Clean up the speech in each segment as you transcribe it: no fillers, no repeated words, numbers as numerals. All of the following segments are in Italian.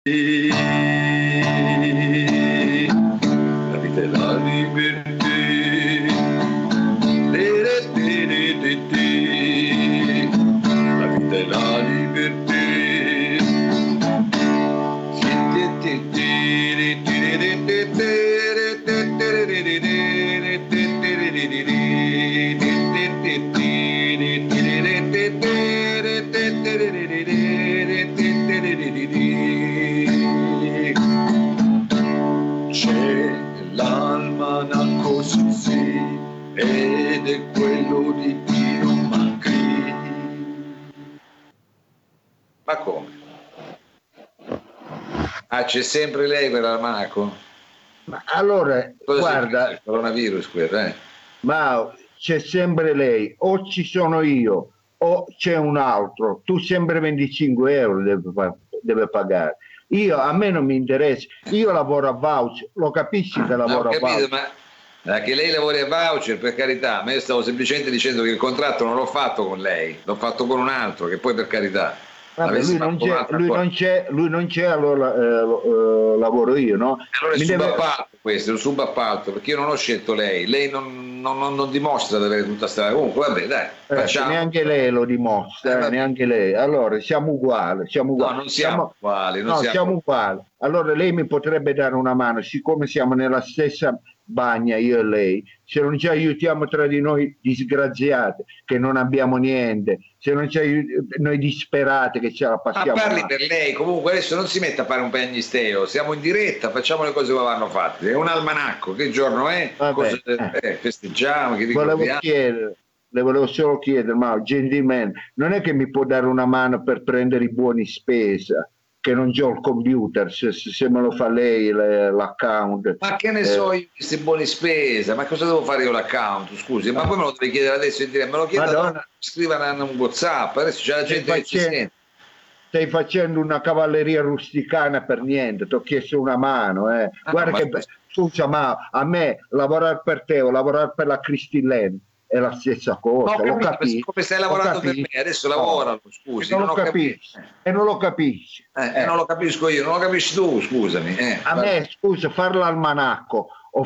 La vita è la libertà. La vita è la libertà. C'è l'almanacco, sì, ed è quello di Dio Macri. Ma come? Ah, c'è sempre lei per l'almanacco? Ma allora, Cosa guarda, il coronavirus quello, ma c'è sempre lei, o ci sono io, o c'è un altro, tu sempre 25 euro deve pagare. Io, a me non mi interessa, io lavoro a voucher, lo capisci che Ho lavoro a capito, voucher? ma che lei lavori a voucher, per carità, ma io stavo semplicemente dicendo che il contratto non l'ho fatto con lei, l'ho fatto con un altro, che poi per carità Vabbè, l'avessi fatto con un'altra cosa. lui non c'è, allora lavoro io, no? Allora è Mi deve... subappalto questo, è un subappalto, perché io non ho scelto lei, lei non dimostra di avere tutta questa... Comunque vabbè, dai, facciamo. Neanche lei lo dimostra, neanche lei. Allora siamo uguali, siamo No, uguali. non siamo uguali, non No, siamo siamo uguali. Allora lei mi potrebbe dare una mano, siccome siamo nella stessa bagna, io e lei, se non ci aiutiamo tra di noi disgraziati, che non abbiamo niente, se non ci noi disperati che ce la Ma passiamo parli male. per lei, comunque adesso non si mette a fare un piagnisteo, siamo in diretta, facciamo le cose come vanno fatte. È un almanacco, che giorno è? Vabbè, Cosa festeggiamo, che volevo ricordiamo? chiedere, le volevo solo chiedere, ma gentilmente, non è che mi può dare una mano per prendere i buoni spesa, che non c'ho il computer, se me lo fa lei l'account. Ma che ne so io di questi buoni spesa, ma cosa devo fare io l'account? Scusi, ma poi me lo devi chiedere adesso in diretta, me lo chieda, Madonna, scriva un WhatsApp, adesso c'è la gente che ci sente. stai facendo una cavalleria rusticana per niente, ti ho chiesto una mano. Guarda Ma che, scusa, ma a me lavorare per te o lavorare per la Cristillen è la stessa ma cosa, ho lo capito, capisci? come stai lavorando per me, adesso lavorano, scusi, E non non lo ho capito. capisci, e non lo capisci. Non lo capisco io, non lo capisci tu, scusami. A me, scusa, fare l'almanacco o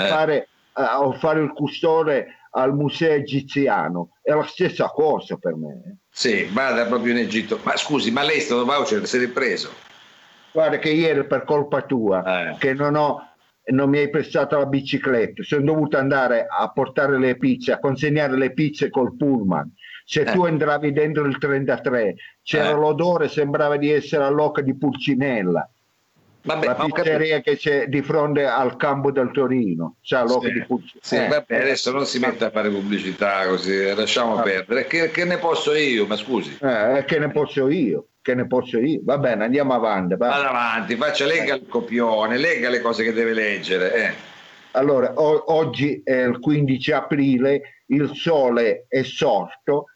fare il custode al museo egiziano è la stessa cosa per me. Sì, vada proprio in Egitto. Ma scusi, ma lei sto voucher si è ripreso? Guarda che ieri per colpa tua, che non mi hai prestato la bicicletta, sono dovuto andare a portare le pizze, a consegnare le pizze col pullman. Se tu entravi dentro il 33, c'era l'odore, sembrava di essere all'Oca di Pulcinella. Vabbè, la pizzeria che c'è di fronte al campo del Torino, c'ha l'Oca di Pulcinella. Sì, vabbè, adesso non si mette a fare pubblicità così, lasciamo perdere. Che ne posso io, ma scusi? Che ne posso io? Che ne posso io? Va bene, andiamo avanti. Vada avanti, legga il copione, legga le cose che deve leggere. Allora, oggi è il 15 aprile, il sole è sorto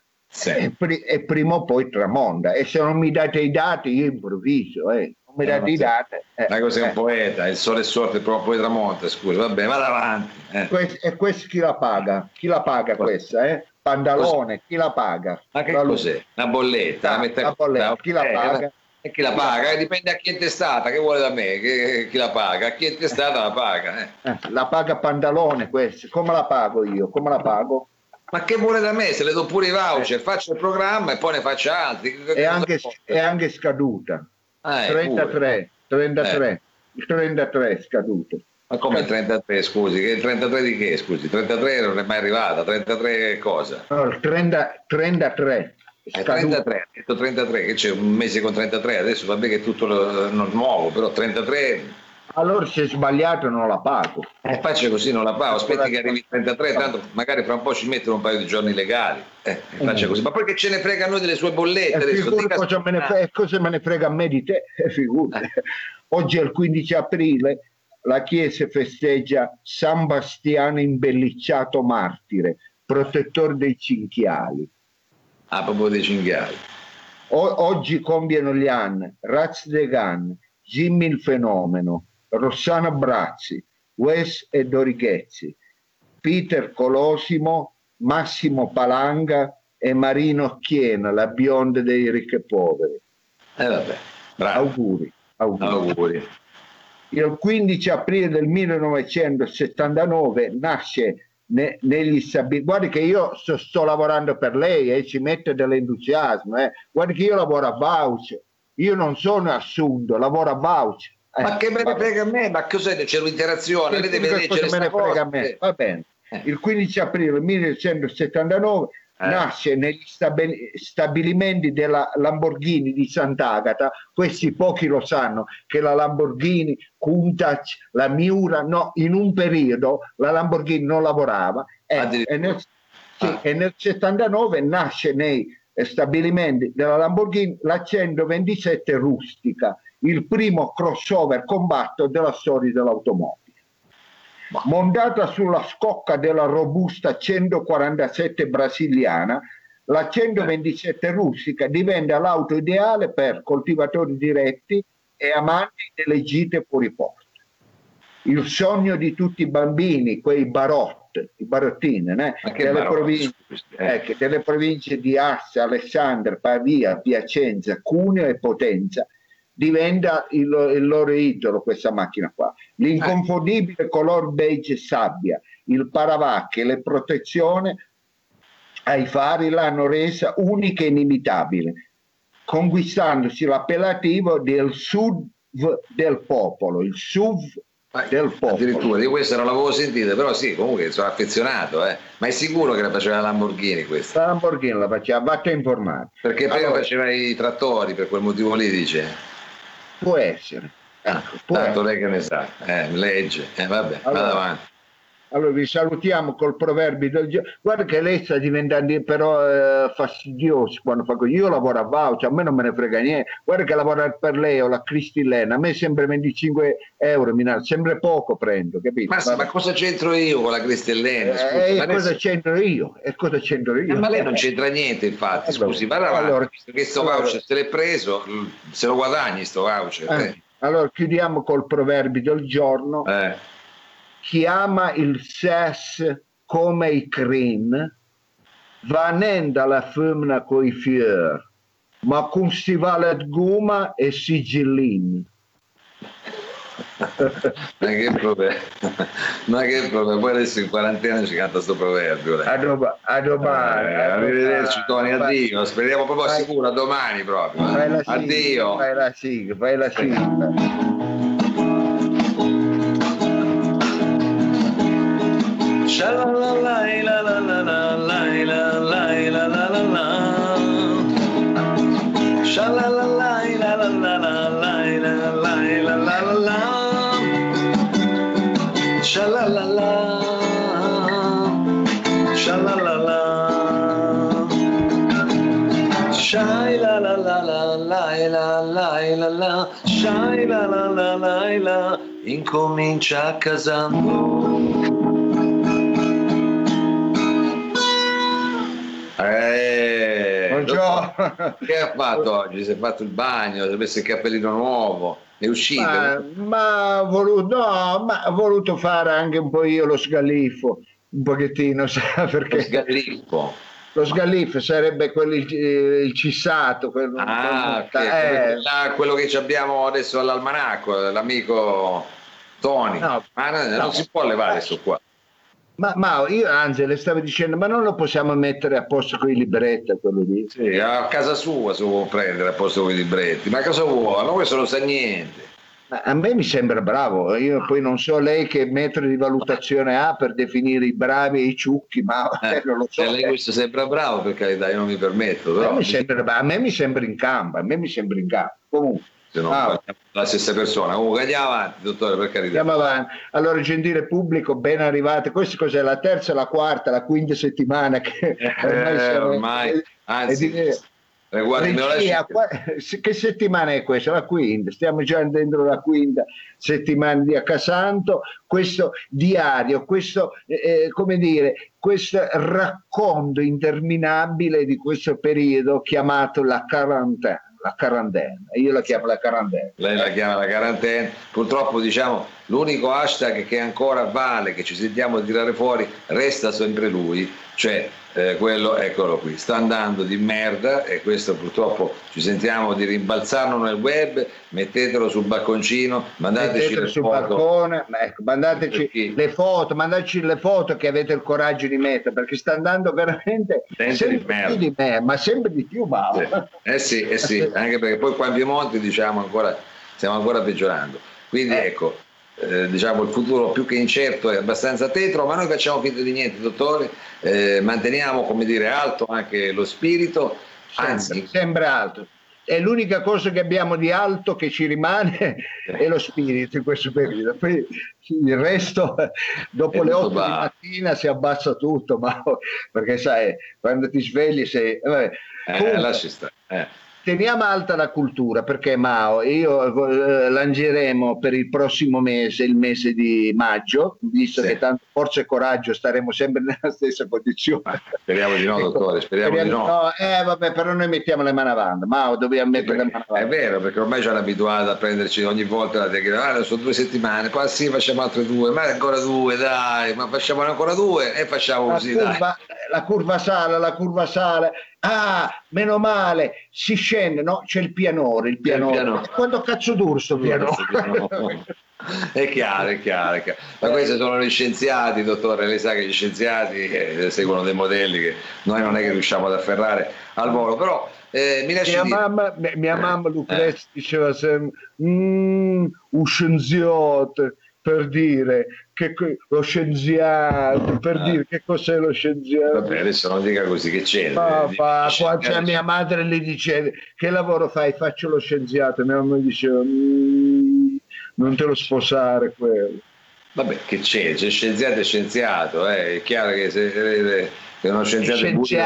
e prima o poi tramonta. E se non mi date i dati, io improvviso. Non mi date i dati. Ma cos'è un poeta? Il sole è sorto e prima o poi tramonta, scusa, vabbè, vada avanti. E questo chi la paga? Chi la paga questa? Pantalone, chi la paga? Ma che cos'è? Una bolletta? La bolletta, chi la paga? E chi la paga? Dipende a chi è testata, che vuole da me, chi la paga? A chi è testata la paga. La paga Pantalone questa, come la pago io? Come la pago? Ma che vuole da me? Se le do pure i voucher, faccio il programma e poi ne faccio altri. È anche scaduta. 33, il 33 è scaduto. Ma come il 33, scusi? Che il 33 di che, scusi? Il 33 non è mai arrivata, 33 cosa? No, il 33. 33, ha detto 33, che c'è un mese con 33, adesso va bene che è tutto nuovo, però 33... Allora se è sbagliato non la pago. Faccia così, non la pago, aspetti che arrivi il 33, tanto magari fra un po' ci mettono un paio di giorni legali. Faccia così, ma poi che ce ne frega a noi delle sue bollette? Adesso, cosa me ne frega a me di te? Oggi è il 15 aprile, la Chiesa festeggia San Bastiano imbellicciato martire, protettore dei cinghiali. Ah, proprio dei cinghiali. Oggi compiono gli anni Raz Degan, Jimmy il Fenomeno, Rossana Brazzi, Wes e Dorichezzi, Peter Colosimo, Massimo Palanga e Marino Chiena, la bionda dei ricchi e poveri. Vabbè, bravo. Auguri. Auguri. Il 15 aprile del 1979 nasce negli stabilimenti. Guardi che io sto lavorando per lei, ci mette dell'entusiasmo. Guardi che io lavoro a voucher, io non sono assunto, lavoro a voucher. Ma che me ne frega a me? Ma cos'è? C'è un'interazione, lei deve leggere me ne frega a me. Va bene. Il 15 aprile del 1979 nasce negli stabilimenti della Lamborghini di Sant'Agata. Questi pochi lo sanno che la Lamborghini, Countach, la Miura, no, in un periodo la Lamborghini non lavorava e nel 79 nasce nei stabilimenti della Lamborghini la 127 Rustica, il primo crossover combatto della storia dell'automobile. Montata sulla scocca della robusta 147 brasiliana, la 127 Rustica diventa l'auto ideale per coltivatori diretti e amanti delle gite fuori porta. Il sogno di tutti i bambini, quei i barottini, delle province di Asti, Alessandria, Pavia, Piacenza, Cuneo e Potenza, diventa il loro idolo questa macchina qua. L'inconfondibile color beige sabbia, il paravacche, le protezioni ai fari l'hanno resa unica e inimitabile, conquistandosi l'appellativo del SUV del popolo, il SUV del popolo. Addirittura, di questo non l'avevo sentita, però sì, comunque sono affezionato, ma è sicuro che la faceva la Lamborghini questa? La Lamborghini la faceva, vatti a informare. Perché prima faceva i trattori, per quel motivo lì dice... Può essere. Tanto lei che ne sa, legge, vabbè, vado avanti. Allora vi salutiamo col proverbio del giorno. Guarda che lei sta diventando però fastidioso quando fa così. Io lavoro a voucher, a me non me ne frega niente. Guarda che lavorare per lei o la Cristilena, a me sembra 25 euro, sempre poco prendo, capito? Ma cosa c'entro io con la Cristilena? Cosa c'entro io? Ma lei non c'entra niente, infatti, scusi, allora, visto che sto voucher se l'è preso, se lo guadagni sto voucher. Allora chiudiamo col proverbio del giorno. Chi ama il sesso come i crin va nenda la femmina coi fiori, ma con stivale di gomma e sigillini. Ma che proverbio, poi adesso in quarantena ci canta sto proverbio. A domani. Arrivederci Tony, addio, speriamo proprio sicuro, a domani proprio. Addio. Fai la sigla. Incomincia casando. Che ha fatto oggi? Si è fatto il bagno, si è messo il cappellino nuovo, è uscito? Ma ho voluto fare anche un po' io lo sgaliffo, un pochettino, perché lo sgaliffo sarebbe il cissato, quello che abbiamo adesso all'almanacco, l'amico Tony. Non si può levare questo qua. Ma io anzi le stavo dicendo, ma non lo possiamo mettere a posto con i libretti, quello lì? Sì, a casa sua si può prendere a posto con i libretti, ma cosa vuole? Ma questo non sa niente. Ma a me mi sembra bravo, io poi non so lei che metro di valutazione ha per definire i bravi e i ciucchi, ma non lo so. Se lei questo sembra bravo, per carità, io non mi permetto. Però... a me mi sembra in campo, comunque. Se no, la stessa persona. Comunque andiamo avanti, dottore, per carità. Andiamo avanti. Allora, gentile pubblico, ben arrivate. Questa cos'è? La terza, la quarta, la quinta settimana che ormai anzi, che settimana è questa? La quinta. Stiamo già dentro la quinta settimana di Accasanto. Questo diario, questo questo racconto interminabile di questo periodo chiamato la quarantena. Io la chiamo la quarantena. Lei la chiama la quarantena. Purtroppo, diciamo, l'unico hashtag che ancora vale, che ci sentiamo tirare fuori, resta sempre lui, cioè quello, eccolo qui, sta andando di merda, e questo purtroppo ci sentiamo di rimbalzarlo nel web. Mettetelo sul balconcino, mandateci le sul foto. balcone, ecco, mandateci le foto che avete il coraggio di mettere, perché sta andando veramente sempre più di me, ma sempre di più, Mauro. Sì, anche perché poi qua in Piemonte, diciamo, stiamo ancora peggiorando, quindi ecco, diciamo, il futuro più che incerto è abbastanza tetro, ma noi facciamo finta di niente, dottore. Manteniamo, come dire, alto anche lo spirito, anzi sempre alto. È l'unica cosa che abbiamo di alto che ci rimane è lo spirito in questo periodo. Poi il resto, dopo le 8 di mattina si abbassa tutto, ma perché sai, quando ti svegli sei... lasci stare. Teniamo alta la cultura, perché Mao, io lanceremo per il prossimo mese, il mese di maggio, visto che tanto forza e coraggio staremo sempre nella stessa condizione. Speriamo di no, dottore, speriamo di no. Vabbè, però noi mettiamo le mani avanti. Mao, dobbiamo mettere le mani avanti. È vero, perché ormai ci hanno abituato a prenderci ogni volta la tecnica. Sono 2 settimane, poi sì, facciamo altre 2, ma ancora 2, dai, ma facciamo ancora 2 e facciamo così, dai. La curva sale. Ah, meno male, si scende, no? C'è il pianore. Quando cazzo dura sto pianore? È chiaro. Ma questi sono gli scienziati, dottore, lei sa che gli scienziati seguono dei modelli che noi non è che riusciamo ad afferrare al volo, però mi lasci dire... Mia mamma Lucrezia diceva sempre un scienziato, per dire che lo scienziato, per dire che cos'è lo scienziato. Vabbè, adesso non dica così, che c'è? Quando mia madre le diceva che lavoro fai, faccio lo scienziato, mia mamma diceva non te lo sposare quello. Vabbè, che c'è scienziato e scienziato, è chiaro che se uno scienziato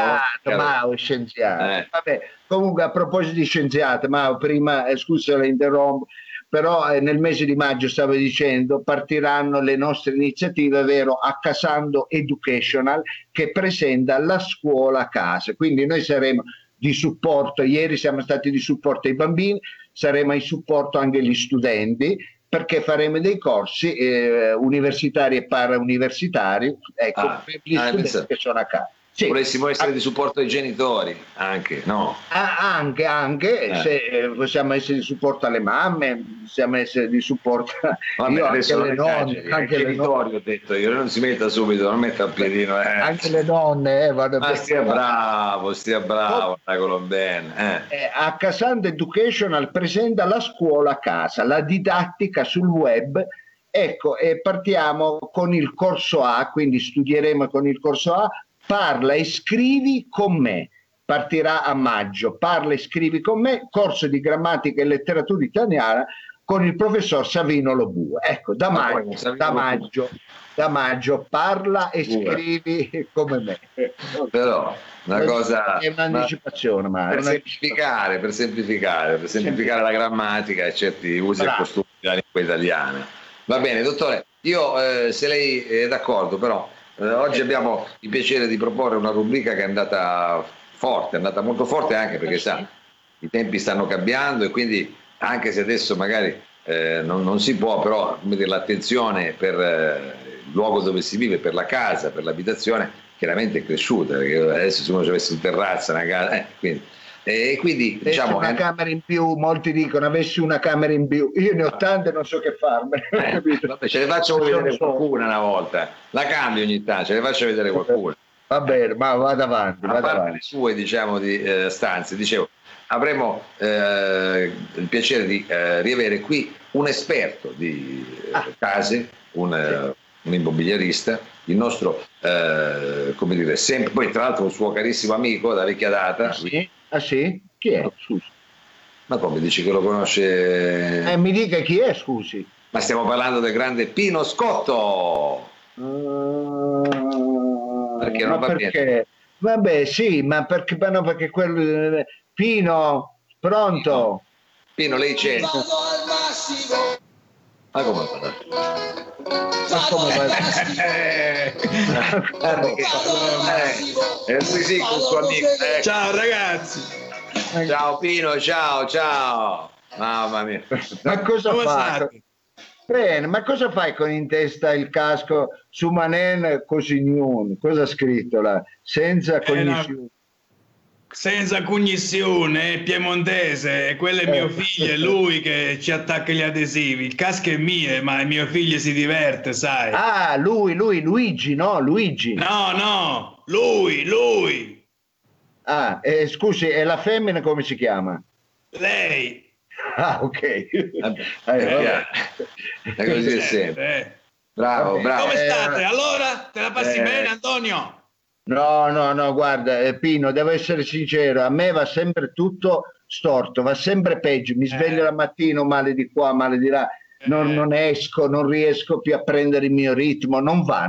è scienziato. Vabbè, comunque, a proposito di scienziato, Mao, prima scusa la interrompo, però nel mese di maggio, stavo dicendo, partiranno le nostre iniziative, ovvero Accasando Educational, che presenta la scuola a casa. Quindi noi saremo di supporto, ieri siamo stati di supporto ai bambini, saremo di supporto anche agli studenti, perché faremo dei corsi universitari e parauniversitari, ecco, per gli studenti che sono a casa. Sì. Volessimo essere di supporto ai genitori anche, no? Anche se possiamo essere di supporto alle mamme, possiamo essere di supporto anche alle nonne. Anche le nonne. Ho detto io, non si metta subito, non metta il piedino. Anche le nonne vanno. Ma stia bravo, dacolo bene. Accasando Educational presenta la scuola a casa, la didattica sul web. Ecco, e partiamo con il corso A, quindi studieremo con il corso A. Parla e scrivi con me, partirà a maggio. Parla e scrivi con me, corso di grammatica e letteratura italiana con il professor Savino Lobue. Ecco, da maggio parla e scrivi come me. Però una cosa è un'anticipazione, ma per semplificare la grammatica e certi usi e costumi della lingua italiana. Va bene, dottore, io se lei è d'accordo, però oggi abbiamo il piacere di proporre una rubrica che è andata molto forte, anche perché i tempi stanno cambiando, e quindi anche se adesso magari non si può, però l'attenzione per il luogo dove si vive, per la casa, per l'abitazione, chiaramente è cresciuta, perché adesso se uno ci avesse un terrazzo, una casa, quindi diciamo una camera in più, molti dicono avessi una camera in più, io ne ho tante, non so che farmene. Vabbè, ce le faccio vedere qualcuna una volta, la cambio ogni tanto, ce le faccio vedere qualcuna. Va bene, ma vado avanti. A parte le sue, diciamo, di stanze, dicevo, avremo il piacere di riavere qui un esperto di case, un immobiliarista, il nostro come dire, sempre, poi tra l'altro un suo carissimo amico da vecchia data. Ah sì? Chi è? Scusi. Ma come dici che lo conosce? Mi dica chi è, scusi. Ma stiamo parlando del grande Pino Scotto. Perché non va bene? Vabbè, sì, ma perché quello Pino, pronto? Pino, lei c'è? Ma come sì, con suo amico. Ciao ragazzi. Ciao Pino, ciao. Mamma mia. Ma cosa fa? Bene, ma cosa fai con in testa il casco su Manen Cosignon? Cosa ha scritto là? Senza cognizione. Senza cognizione, è piemontese, quello è mio figlio, è lui che ci attacca gli adesivi. Il casco è mio, ma mio figlio si diverte, sai. Ah, lui, Luigi, no? Luigi. No, lui. Ah, scusi, e la femmina come si chiama? Lei. Ah, ok. Vabbè. È così sempre. Bravo. Come state? Allora, te la passi bene, Antonio? No, guarda, Pino, devo essere sincero, a me va sempre tutto storto, va sempre peggio, mi sveglio la mattina, male di qua, male di là, non esco, non riesco più a prendere il mio ritmo, non va.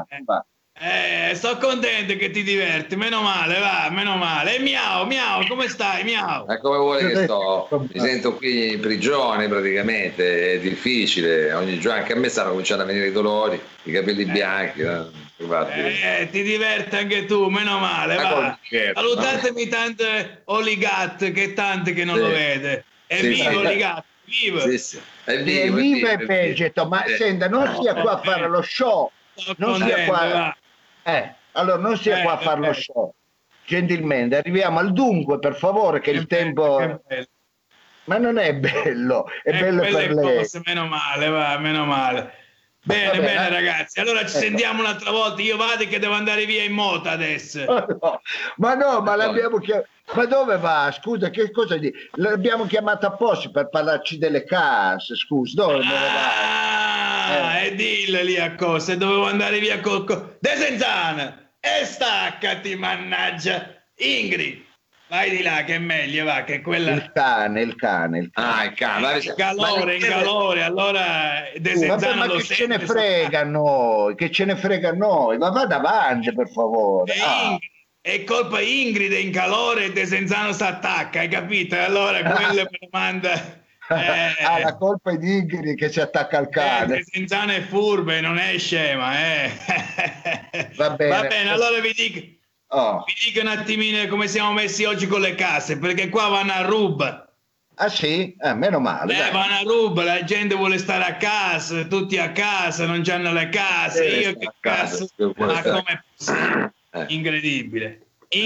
Sto contento che ti diverti, meno male, meno male. E miau, come stai, miau? Ma come vuole che sto? Mi sento qui in prigione praticamente, è difficile, ogni giorno anche a me stanno cominciando a venire i dolori, i capelli bianchi. Ti diverti anche tu, meno male, va. Salutatemi tante Oligat, che tante che non lo vede. È vivo Oligat, vivo. Sì. È vivo e vegeto, ma senta, non sia qua a fare lo show. Non sia qua. Allora non sia qua a fare lo show. Gentilmente, arriviamo al dunque, per favore, che il tempo... Ma non è bello, è bello per lei. Cose, meno male. Bene, ragazzi. Allora ci sentiamo un'altra volta. Io vado che devo andare via in moto adesso. Ma l'abbiamo chiamato. Ma dove va? Scusa, che cosa dici? L'abbiamo chiamato apposta per parlarci delle case. Scusa, dove va? E dille lì a cosa. Dovevo andare via De Senzana. E staccati, mannaggia. Ingrid. Vai di là che è meglio, va, che quella... Il cane. Il cane. In calore, allora De Senzano ma lo che sente, ce ne frega a noi, ma vada avanti per favore. È colpa Ingrid in calore e De Senzano si attacca, hai capito? E allora quello me lo manda... la colpa è di Ingrid che si attacca al cane. De Senzano è furba e non è scema, Va bene, allora vi dico un attimino come siamo messi oggi con le case, perché qua vanno a ruba. Ah sì? Meno male. Vanno a ruba, la gente vuole stare a casa, tutti a casa, non c'hanno le case. Io che cazzo, ma come possibile? Incredibile.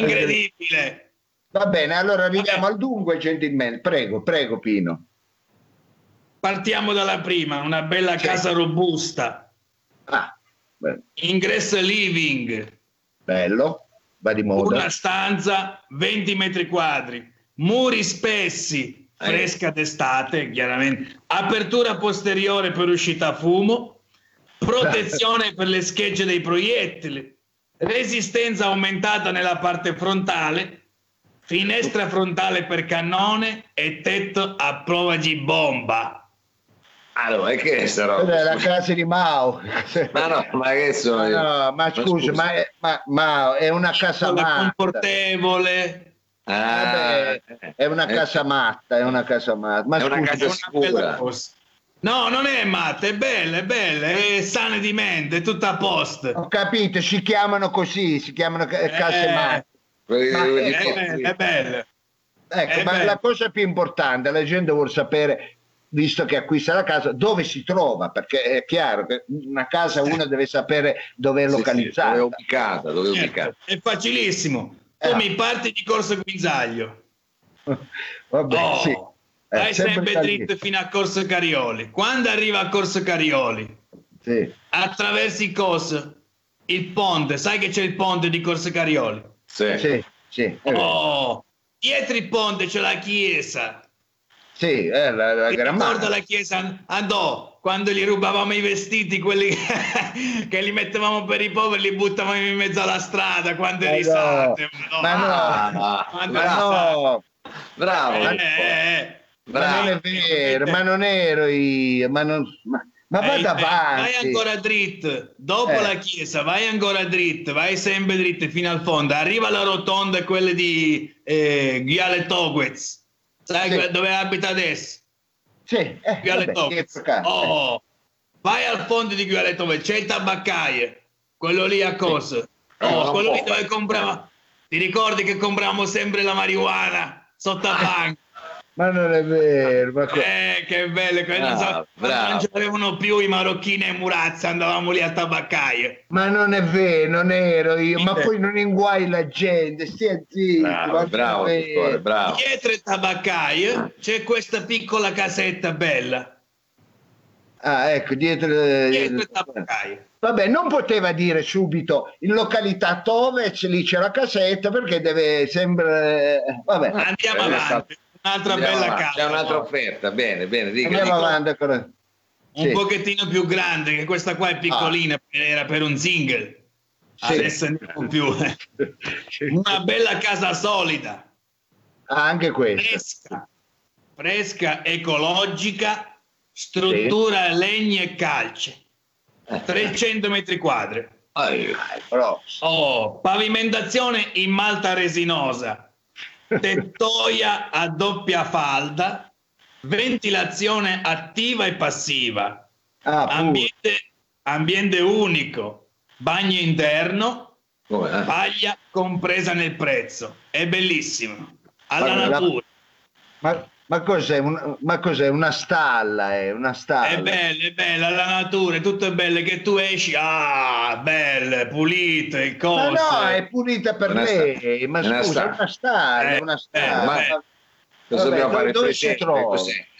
Va bene, allora arriviamo al dunque, gentilmente. Prego, Pino. Partiamo dalla prima, una bella casa robusta. Ingresso living. Bello. Va di moda. Una stanza 20 metri quadri, muri spessi, fresca d'estate chiaramente, apertura posteriore per uscita a fumo, protezione per le schegge dei proiettili, resistenza aumentata nella parte frontale, finestra frontale per cannone e tetto a prova di bomba. Allora, che sta roba? È la casa di Mao. Ma che sono? No, ma scusa, ma è una casa matta. Confortevole. È una casa matta, Ma è una casa sicura. No, non è matta, è bella, è sana di mente, è tutta a posto. Ho capito, si chiamano case matte. È bella. Ecco, ma la cosa più importante, la gente vuole sapere, visto che acquista la casa, dove si trova, perché è chiaro che una casa uno deve sapere dove è localizzata. Dove è ubicata. È facilissimo. Tu mi parti di Corso Guinzaglio. Vabbè, vai sempre dritto fino a Corso Carioli. Quando arriva a Corso Carioli, attraversi il ponte. Sai che c'è il ponte di Corso Carioli? Sì. Dietro il ponte c'è la chiesa. Sì, la ricorda la chiesa andò quando gli rubavamo i vestiti, quelli che li mettevamo per i poveri, li buttavamo in mezzo alla strada. Quante risate! Bravo! Ma non ero io, ma vada avanti. Vai ancora dritto, dopo la chiesa, vai ancora dritto, vai sempre dritto fino al fondo. Arriva alla rotonda, quelle di Viale Toguez. Sai dove abita adesso? Sì, vai al fondo di Viale Toguez, c'è il tabaccaio, quello lì a cosa? Quello lì dove compriamo. Ti ricordi che compriamo sempre la marijuana sotto a banco? Ma non è vero. Che bello, quando non c'avevano più i marocchini e Murazza, andavamo lì a tabaccaie. Ma non è vero, non ero io, ma poi non inguai la gente, stia zitto. Bravo, dottore, bravo. Dietro le tabaccaie c'è questa piccola casetta bella. Ah, ecco, dietro le tabaccaie. Vabbè, non poteva dire subito in località Tovec, lì c'è la casetta, perché deve sempre... Vabbè. Andiamo avanti. Un'altra bella casa. C'è un'altra offerta, bene, dica. Andiamo avanti ancora. Un pochettino più grande, che questa qua è piccolina, era per un single. Adesso andiamo più. Una bella casa solida. Anche questa. Fresca, ecologica, struttura legna e calce. 300 metri quadri. Pavimentazione in malta resinosa, tettoia a doppia falda, ventilazione attiva e passiva, ambiente unico, bagno interno, paglia compresa nel prezzo. È bellissimo, alla natura. Ma cos'è? Una stalla? Una stalla. È bella la natura, è tutto bello, che tu esci, belle, pulite, cose. Ma no, è pulita per lei, ma scusa, è una stalla. Cosa dobbiamo fare? Dove si trova?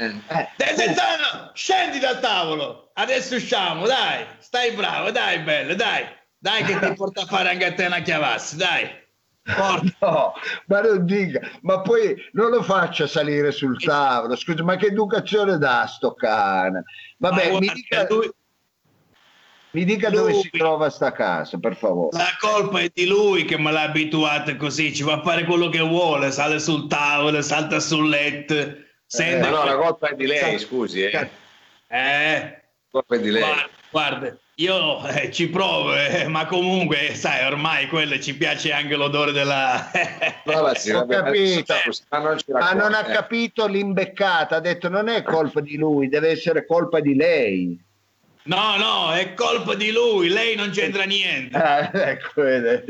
Scendi dal tavolo, adesso usciamo, dai, stai bravo, dai bello, dai che ti porta a fare anche a te una chiavassi, dai. No, ma non dica, ma poi non lo faccia salire sul tavolo, scusa, ma che educazione dà sto cane? Vabbè, mi dica dove si trova sta casa, per favore. La colpa è di lui che me l'ha abituato così, ci va a fare quello che vuole, sale sul tavolo, salta sul letto. No, la colpa è di lei, scusi. La colpa è di lei. Guarda, io ci provo, ma comunque, sai, ormai quello ci piace anche l'odore della... Ho capito, ma non ha capito l'imbeccata, ha detto non è colpa di lui, deve essere colpa di lei. No, è colpa di lui, lei non c'entra niente. Ecco,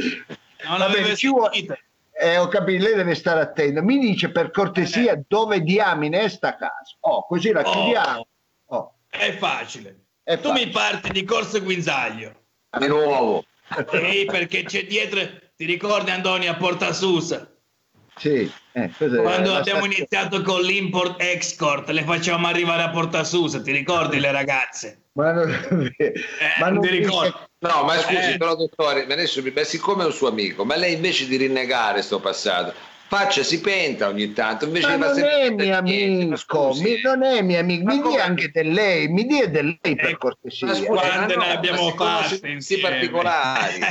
ho capito, lei deve stare attento. Mi dice per cortesia dove diamine è sta casa. Così la chiudiamo. È facile. Tu mi parti di Corso Guinzaglio. Di nuovo. Perché c'è dietro, ti ricordi Antonio, a Porta Susa? Sì. Quando abbiamo iniziato con l'import-export, le facevamo arrivare a Porta Susa, ti ricordi le ragazze? Ma non ti ricordi? No, ma scusi, però dottore, adesso, siccome è un suo amico, ma lei invece di rinnegare sto passato, si penta ogni tanto, invece ma non è mio amico, non è mio amico, mi dia anche di lei, mi dia di lei per cortesia. Ma scusi, quante ne abbiamo fatte insieme particolari.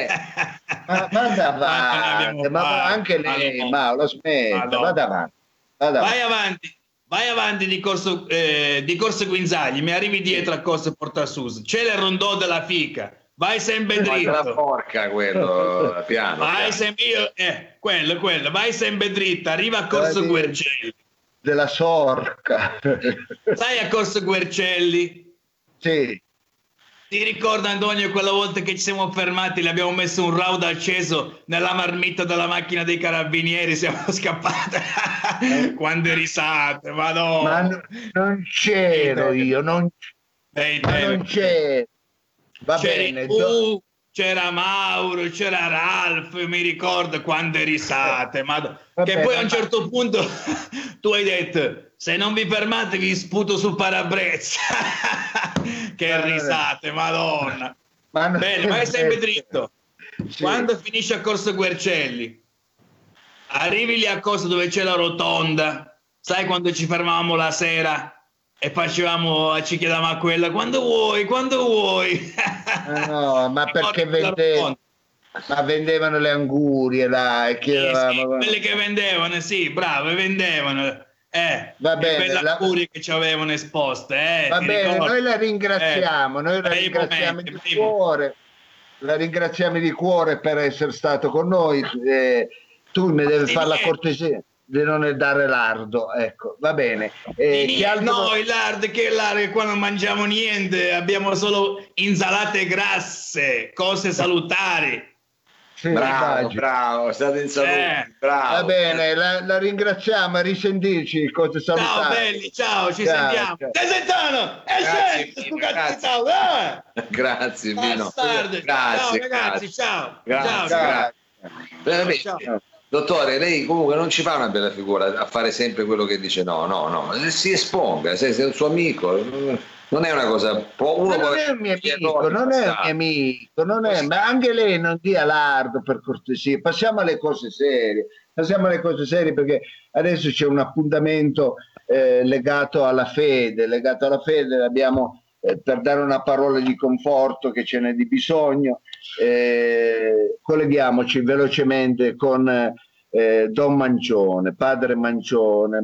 Ma anche lei, Mauro, smetta, vada avanti. Vai avanti di Corso Guinzagli, mi arrivi dietro a Corso Portasusa, c'è il rondò della Fica, vai sempre dritto. La porca quello, piano. Vai sempre, quello, vai sempre dritto, arriva a Corso Guercelli. Della Sorca. Sai a Corso Guercelli? Sì. Ti ricordi Antonio quella volta che ci siamo fermati, le abbiamo messo un raudo acceso nella marmitta della macchina dei carabinieri, siamo scappati. Quante risate, madonna. Ma non c'ero io, non c'ero. Va bene. C'era Mauro, c'era Ralph, mi ricordo quante risate. Che poi a un certo punto tu hai detto, se non vi fermate vi sputo sul parabrezza. Che risate, madonna. Bene, vai sempre dritto. Sì. Quando finisci a Corso Guercelli, arrivi lì a Corso dove c'è la rotonda, sai quando ci fermavamo la sera e ci chiedevamo a quella quando vuoi? No, ma perché vendevano le angurie là, quelle che vendevano, sì, bravo, vendevano. Va bene, quelle angurie che ci avevano esposte. Va bene, ricordo. Noi la ringraziamo, di cuore. La ringraziamo di cuore per essere stato con noi. Tu mi devi fare la cortesia di non dare lardo, ecco, va bene. No, il lardo, qua non mangiamo niente, abbiamo solo insalate grasse, cose salutari. Sì, bravo, bravo, state in salute, bravo. Va bene, la ringraziamo, a risentirci, cose salutari. Ciao belli, ciao, ci sentiamo. Te sentano, grazie Pino. Bastardo. Ciao ragazzi, ciao. Grazie. Ciao. Dottore, lei comunque non ci fa una bella figura a fare sempre quello che dice no, si esponga, sei un suo amico, non è una cosa, non è un mio amico, ma anche lei non dia lardo, per cortesia, passiamo alle cose serie, perché adesso c'è un appuntamento legato alla fede, abbiamo per dare una parola di conforto che ce n'è di bisogno, colleghiamoci velocemente con Don Mancione, padre Mancione.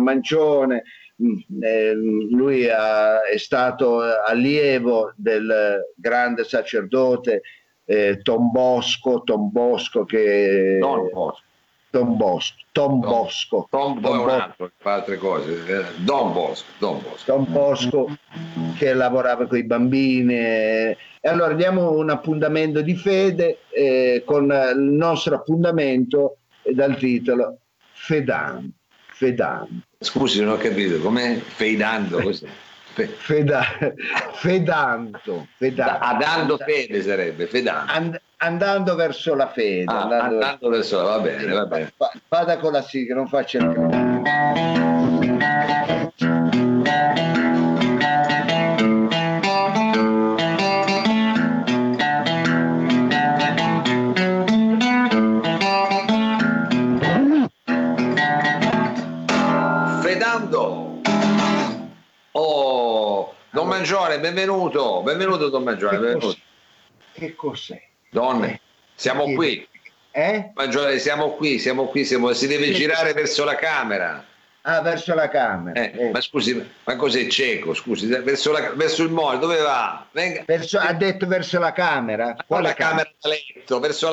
Lui è stato allievo del grande sacerdote Tom Bosco, che Tom Bosco fa altre cose. Don Bosco che lavorava con i bambini e allora diamo un appuntamento di fede con il nostro appuntamento dal titolo Fedando. Scusi, non ho capito, com'è? Fedando, cos'è? Fedando. Dando fede sarebbe, fedando. Andando verso la fede. Andando verso la, va bene. Vada con la sigla, non faccia il cambio. Oh, Don Mangione, benvenuto Don Mangione, benvenuto. Che cos'è? Donne, siamo qui. Mangione, siamo qui, si deve girare verso la camera. Ah, verso la camera. Ma scusi, ma cos'è cieco? Scusi, verso il mole, dove va? Venga. Ha detto verso la camera? Quale camera da letto? Verso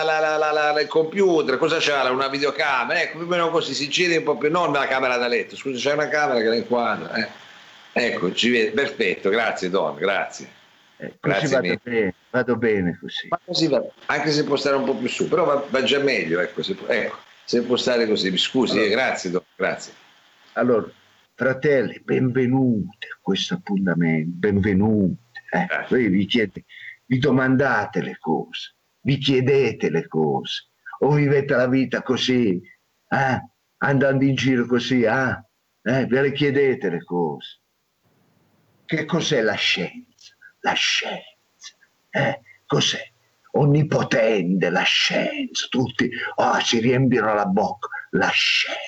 il computer, cosa c'ha? Una videocamera? Ecco, più o meno così, si gira un po' più, non la camera da letto, scusi, c'è una camera che la inquadra. Ecco, ci vede, perfetto, grazie Don, grazie. Così vado bene così. Ma così va, anche se può stare un po' più su, però va già meglio, se può stare così, mi scusi, allora, grazie Don, grazie. Allora, fratelli, benvenuti a questo appuntamento, benvenuti. Voi vi domandate le cose, vi chiedete le cose, o vivete la vita così, andando in giro così, ve le chiedete le cose. Che cos'è la scienza? La scienza, cos'è? Onnipotente la scienza, tutti si riempiono la bocca, la scienza.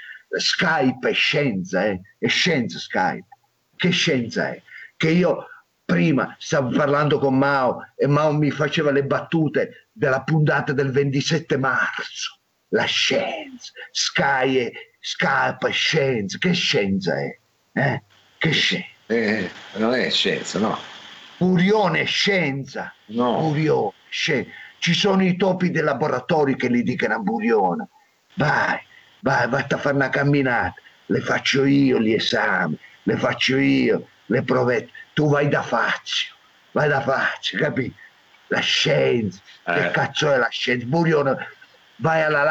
Skype è scienza, è scienza Skype. Che scienza è? Che io prima stavo parlando con Mao e Mao mi faceva le battute della puntata del 27 marzo. La scienza, Skype è scienza. Che scienza è? Che scienza? Non è scienza, no. Burione è scienza. No. Burione, scienza. Ci sono i topi dei laboratori che li dicono a Burione. Vai a fare una camminata, le faccio io gli esami, le faccio io le provette, tu vai da Fazio, capito? La scienza, che cazzo è la scienza? Burione, vai alla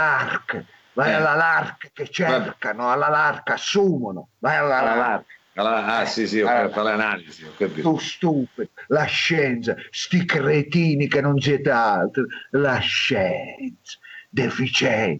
LARC che cercano, alla LARC assumono, vai alla LARC. Sì, ho fatto l'analisi, ho capito. Tu stupido, la scienza, sti cretini che non siete altro, la scienza, deficiente.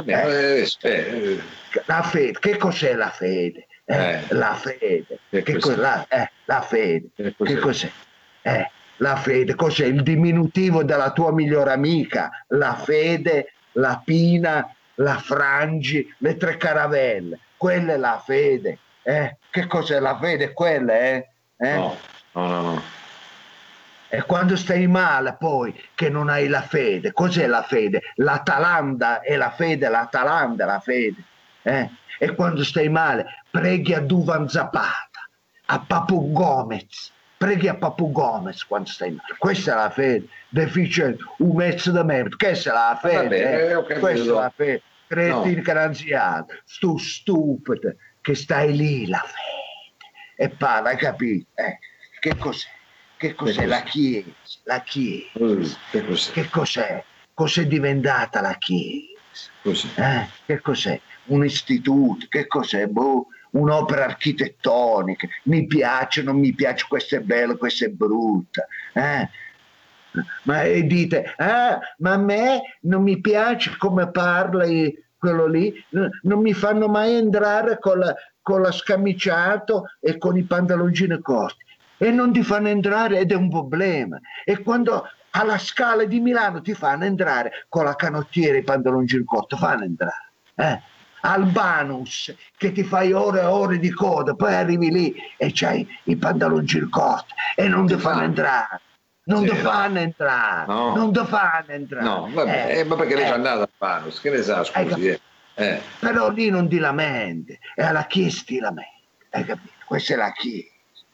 La fede, che cos'è la fede? La fede, la fede, che cos'è? La fede, cos'è? Il diminutivo della tua migliore amica, la fede, la Pina, la Frangi, le tre caravelle, quella è la fede, Che cos'è la fede? Quella, No. E quando stai male poi che non hai la fede, cos'è la fede? L'Atalanta è la fede, l'Atalanta è la fede. E quando stai male preghi a Duvan Zapata, a Papu Gomez, preghi a Papu Gomez quando stai male. Questa è la fede, deficiente, un mezzo di merda, questa è la fede, questa è la fede. Cretini che non si altro, tu stupido che stai lì la fede. E parla, hai capito? Che cos'è? Che cos'è la Chiesa? La Chiesa. Che cos'è? cos'è diventata la Chiesa? Che cos'è? Un istituto? Che cos'è? Boh, un'opera architettonica. Mi piace, non mi piace, questo è bello, questo è brutto. Ma dite, ma a me non mi piace come parla quello lì, non mi fanno mai entrare con la scamiciato e con i pantaloncini corti. E non ti fanno entrare ed è un problema. E quando alla Scala di Milano ti fanno entrare con la canottiera e i pantaloncini corti, fanno entrare. Albanus, che ti fai ore e ore di coda, poi arrivi lì e c'hai i pantaloncini corti e non ti fanno entrare. Non ti fanno entrare, non ti fanno entrare. No, vabbè, ma perché lei è andato a Albanus, che ne sa, scusi. Però lì non ti lamenti, e alla Chiesa ti lamenti, hai capito? Questa è la Chiesa.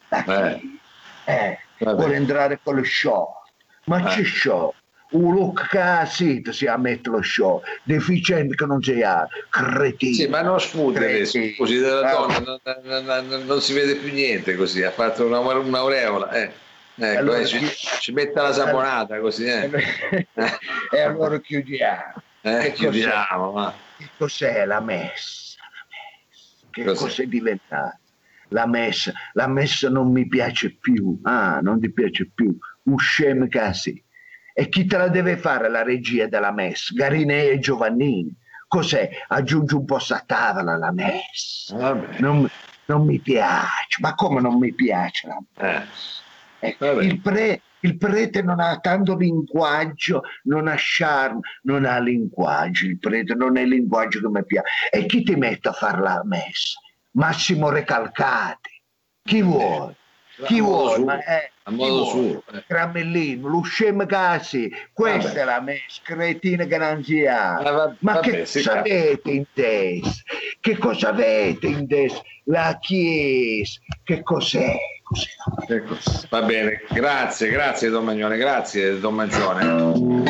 Vuole entrare con lo short, ma c'è short. Un look che si mette lo short, deficiente che non si ha, cretino. Sì, ma non sfudere, scusi, della donna non si vede più niente così, ha fatto un'aureola. Allora, ci metta la saponata così. E allora chiudiamo. Chiudiamo. Ma che cos'è la messa? Che cos'è diventata? La messa non mi piace più. Non ti piace più? Uscem così. E chi te la deve fare la regia della messa? Garinei e Giovannini. Cos'è? Aggiungi un po' sta tavola alla messa. Non mi piace. Ma come non mi piace la messa? Il prete non ha tanto linguaggio, non ha charme, non ha linguaggio, il prete non è il linguaggio che mi piace. E chi ti mette a fare la messa? Massimo Recalcati. Chi vuole? Chi vuole? A modo suo. Cramellino, lo scemo casi. Questa è la messa, cretina che non si ha. Ma che cosa avete in testa? Che cosa avete in testa? La Chiesa, che cos'è? Va bene, grazie Don Magnone, grazie Don Mangione.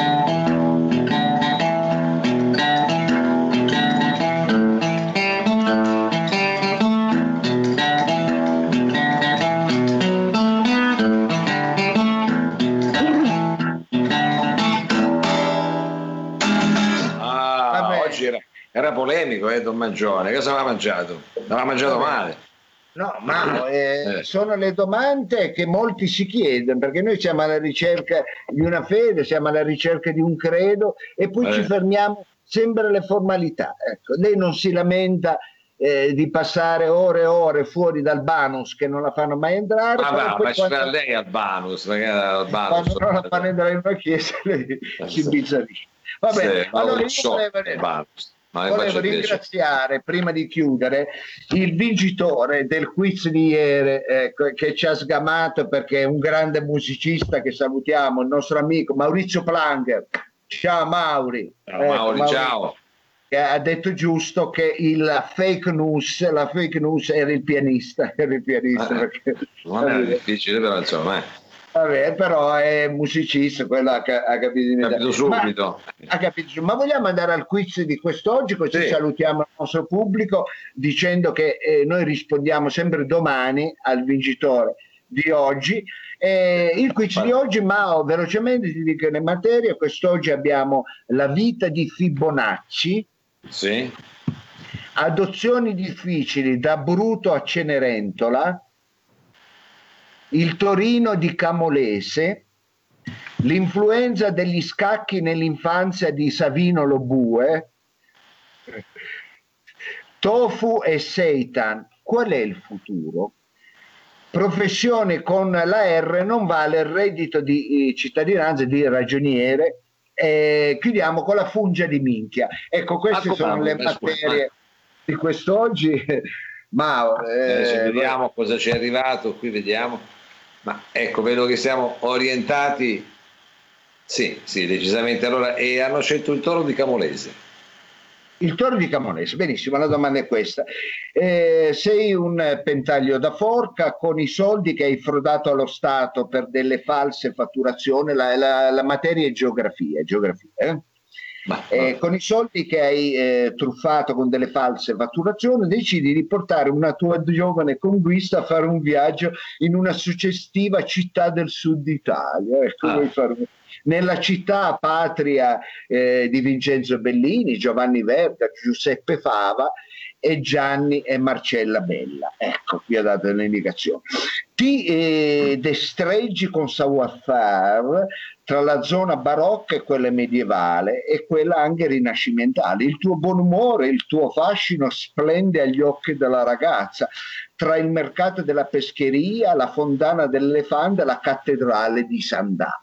Oggi era polemico, Don Mangione, cosa aveva mangiato? L'aveva mangiato male. No, ma sono le domande che molti si chiedono, perché noi siamo alla ricerca di una fede, siamo alla ricerca di un credo e poi ci fermiamo sempre alle formalità. Ecco, lei non si lamenta di passare ore e ore fuori dal Banus che non la fanno mai entrare. Ma ci va lei al Banus, quando non la fanno entrare in una chiesa lei si imbizzarisce. Va bene, allora io volevo ringraziare, prima di chiudere, il vincitore del quiz di ieri che ci ha sgamato, perché è un grande musicista che salutiamo, il nostro amico Maurizio Planger. Ciao Mauri. Mauri, ciao. Che ha detto giusto che la fake news era il pianista. Perché non era difficile, però insomma. Vabbè, però è musicista, quello ha capito subito. Ma vogliamo andare al quiz di quest'oggi, così salutiamo il nostro pubblico dicendo che noi rispondiamo sempre domani al vincitore di oggi. Il quiz di oggi, Mao, velocemente ti dico le materie. Quest'oggi abbiamo la vita di Fibonacci, adozioni difficili da Bruto a Cenerentola, il Torino di Camolese, l'influenza degli scacchi nell'infanzia di Savino Lobue, tofu e seitan, qual è il futuro? Professione con la R non vale il reddito di cittadinanza di ragioniere. Chiudiamo con la fungia di minchia. Ecco, queste sono le materie di quest'oggi. Ma vediamo cosa ci è arrivato qui, vediamo. Ma ecco, vedo che siamo orientati, sì, decisamente. Allora, e hanno scelto il Toro di Camolese. Il Toro di Camolese, benissimo, la domanda è questa. Sei un pentaglio da forca con i soldi che hai frodato allo Stato per delle false fatturazioni, la materia è geografia. Con i soldi che hai truffato con delle false fatturazioni decidi di portare una tua giovane conquista a fare un viaggio in una suggestiva città del sud Italia. Ecco, vuoi fare nella città patria di Vincenzo Bellini, Giovanni Verga, Giuseppe Fava e Gianni e Marcella Bella. Ecco, qui ho dato l'indicazione. Ti destreggi con savoir-faire tra la zona barocca e quella medievale e quella anche rinascimentale. Il tuo buon umore, il tuo fascino splende agli occhi della ragazza tra il mercato della pescheria, la fontana dell'elefante e la cattedrale di Sant'Agata.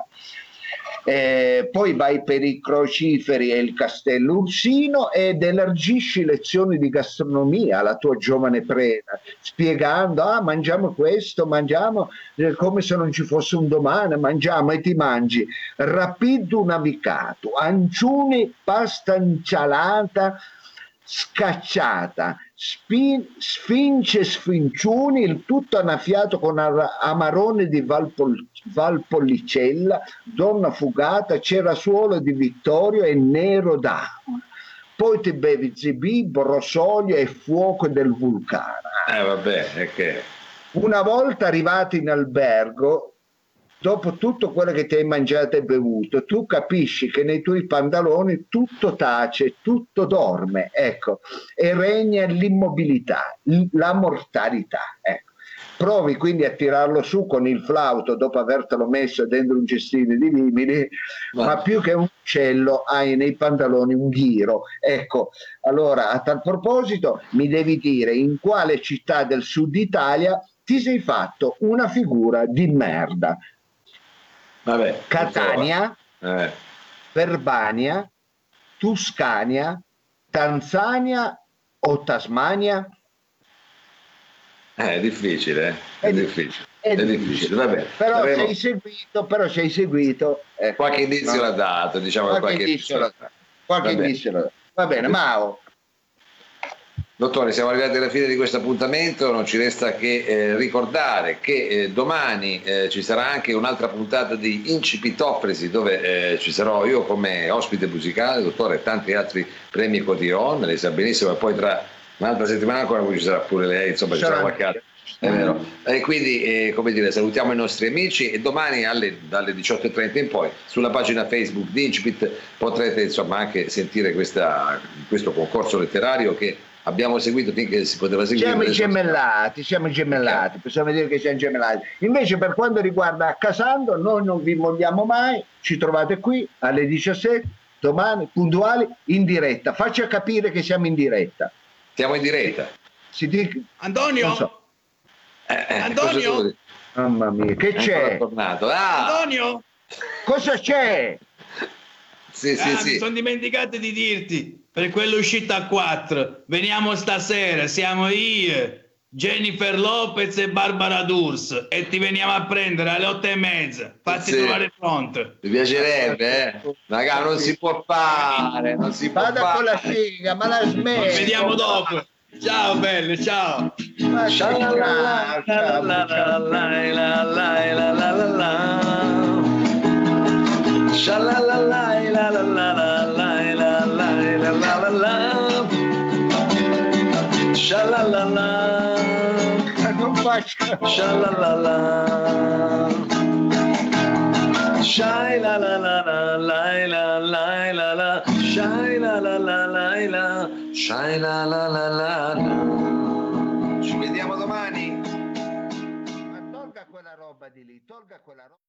Poi vai per i crociferi e il castello Ursino ed elargisci lezioni di gastronomia alla tua giovane preda, spiegando: mangiamo questo, mangiamo come se non ci fosse un domani, mangiamo, e ti mangi rapido navicato, anciuni, pasta insalata scacciata, sfince sfinciuni, il tutto annaffiato con amarone di Valpolicella, donna fugata, cerasuolo di Vittorio e nero d'acqua. Poi ti bevi zibibbo, rosolio e fuoco del vulcano. Vabbè, è che... Una volta arrivati in albergo, dopo tutto quello che ti hai mangiato e bevuto, tu capisci che nei tuoi pantaloni tutto tace, tutto dorme, ecco, e regna l'immobilità, la mortalità, ecco. Provi quindi a tirarlo su con il flauto dopo avertelo messo dentro un cestino di vimini, ma più che un uccello hai nei pantaloni un ghiro. Ecco, allora a tal proposito mi devi dire in quale città del sud Italia ti sei fatto una figura di merda. Vabbè, Catania, Verbania, Tuscania, Tanzania o Tasmania? È difficile, è difficile. Vabbè, però sei seguito. Qualche indizio l'ha dato, diciamo. Qualche indizio l'ha dato. Va bene, Mao. Dottore, siamo arrivati alla fine di questo appuntamento, non ci resta che ricordare che domani ci sarà anche un'altra puntata di Incipitofresi, dove ci sarò io come ospite musicale, dottore, e tanti altri premi Cotillon, lei sa benissimo, e poi tra un'altra settimana ancora ci sarà pure lei, insomma ci sarà qualche altro. È vero. E quindi, come dire, salutiamo i nostri amici e domani dalle 18:30 in poi sulla pagina Facebook di Incipit potrete insomma anche sentire questo concorso letterario che abbiamo seguito finché si poteva seguire. Siamo gemellati, possiamo dire che siamo gemellati. Invece per quanto riguarda Casando, noi non vi molliamo mai, ci trovate qui alle 17, domani, puntuali, in diretta. Faccia capire che siamo in diretta. Siamo in diretta. Antonio? Non so. Antonio? Mamma mia, che c'è? Antonio? Cosa c'è? Sì. Mi sono dimenticato di dirti, per quell'uscita a 4, veniamo stasera, siamo io, Jennifer Lopez e Barbara D'Urso, e ti veniamo a prendere alle 8:30, fatti trovare pronto. Mi piacerebbe, Magari non si può fare, non si può fare. Con la figa, ma la smetti. Ci vediamo dopo. Ciao belle, ciao. Non faccio. Shai la la la la la la la la la, shai la la la la la, shai la la la la la. Ci vediamo domani. Ma tolga quella roba di lì, tolga quella roba.